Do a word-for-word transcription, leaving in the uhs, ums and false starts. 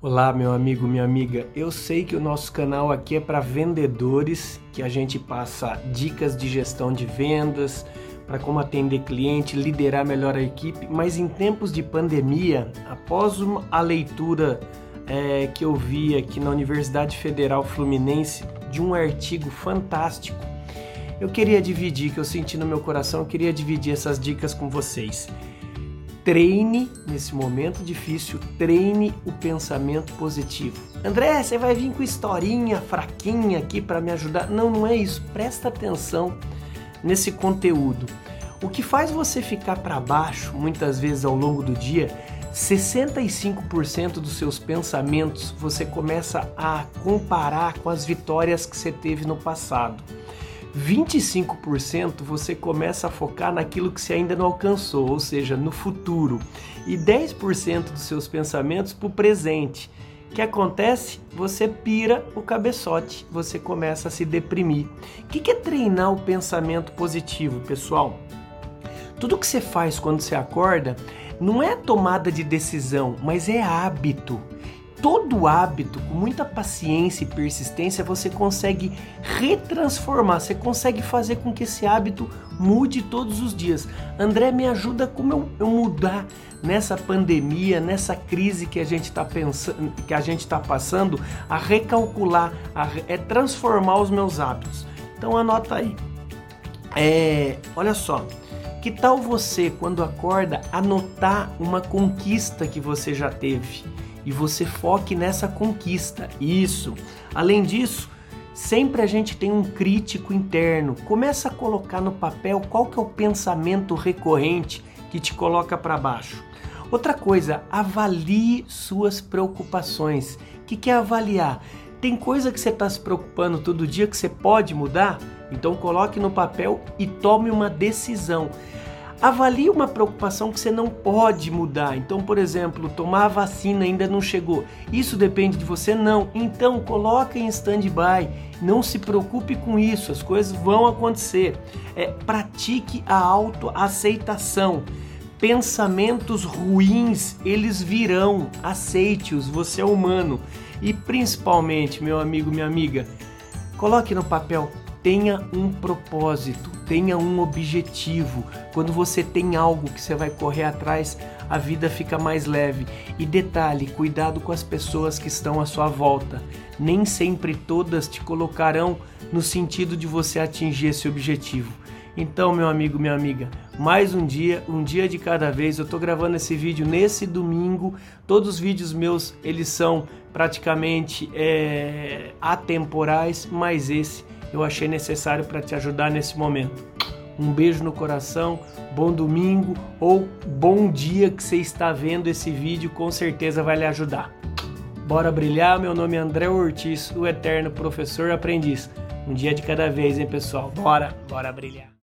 Olá, meu amigo, minha amiga. Eu sei que o nosso canal aqui é para vendedores, que a gente passa dicas de gestão de vendas, para como atender cliente, liderar melhor a equipe, mas em tempos de pandemia, após uma, a leitura é, que eu vi aqui na Universidade Federal Fluminense de um artigo fantástico, eu queria dividir, que eu senti no meu coração, eu queria dividir essas dicas com vocês. Treine, nesse momento difícil, treine o pensamento positivo. André, você vai vir com historinha fraquinha aqui para me ajudar? Não, não é isso. Presta atenção nesse conteúdo. O que faz você ficar para baixo, muitas vezes ao longo do dia, sessenta e cinco por cento dos seus pensamentos você começa a comparar com as vitórias que você teve no passado. vinte e cinco por cento você começa a focar naquilo que você ainda não alcançou, ou seja, no futuro. E dez por cento dos seus pensamentos para o presente. O que acontece? Você pira o cabeçote, você começa a se deprimir. O que é treinar o pensamento positivo, pessoal? Tudo que você faz quando você acorda não é tomada de decisão, mas é hábito. Todo hábito, com muita paciência e persistência, você consegue retransformar, você consegue fazer com que esse hábito mude todos os dias. André, me ajuda como eu, eu mudar nessa pandemia, nessa crise que a gente está pensando, que a gente está passando, a recalcular, a é transformar os meus hábitos. Então anota aí. É, olha só. Que tal você, quando acorda, anotar uma conquista que você já teve? E você foque nessa conquista. Isso. Além disso, sempre a gente tem um crítico interno. Começa a colocar no papel qual que é o pensamento recorrente que te coloca para baixo. Outra coisa, avalie suas preocupações. O que, que é avaliar? Tem coisa que você está se preocupando todo dia que você pode mudar? Então coloque no papel e tome uma decisão. Avalie uma preocupação que você não pode mudar. Então, por exemplo, tomar a vacina ainda não chegou. Isso depende de você? Não. Então, coloque em stand-by. Não se preocupe com isso. As coisas vão acontecer. É, pratique a autoaceitação. Pensamentos ruins, eles virão. Aceite-os. Você é humano. E principalmente, meu amigo, minha amiga, coloque no papel. Tenha um propósito, tenha um objetivo. Quando você tem algo que você vai correr atrás, a vida fica mais leve. E detalhe, cuidado com as pessoas que estão à sua volta. Nem sempre todas te colocarão no sentido de você atingir esse objetivo. Então, meu amigo, minha amiga, mais um dia, um dia de cada vez. Eu estou gravando esse vídeo nesse domingo. Todos os vídeos meus, eles são praticamente é, atemporais, mas esse eu achei necessário para te ajudar nesse momento. Um beijo no coração, bom domingo ou bom dia que você está vendo esse vídeo, com certeza vai lhe ajudar. Bora brilhar, meu nome é André Ortiz, o eterno professor aprendiz. Um dia de cada vez, hein, pessoal? Bora, bora brilhar.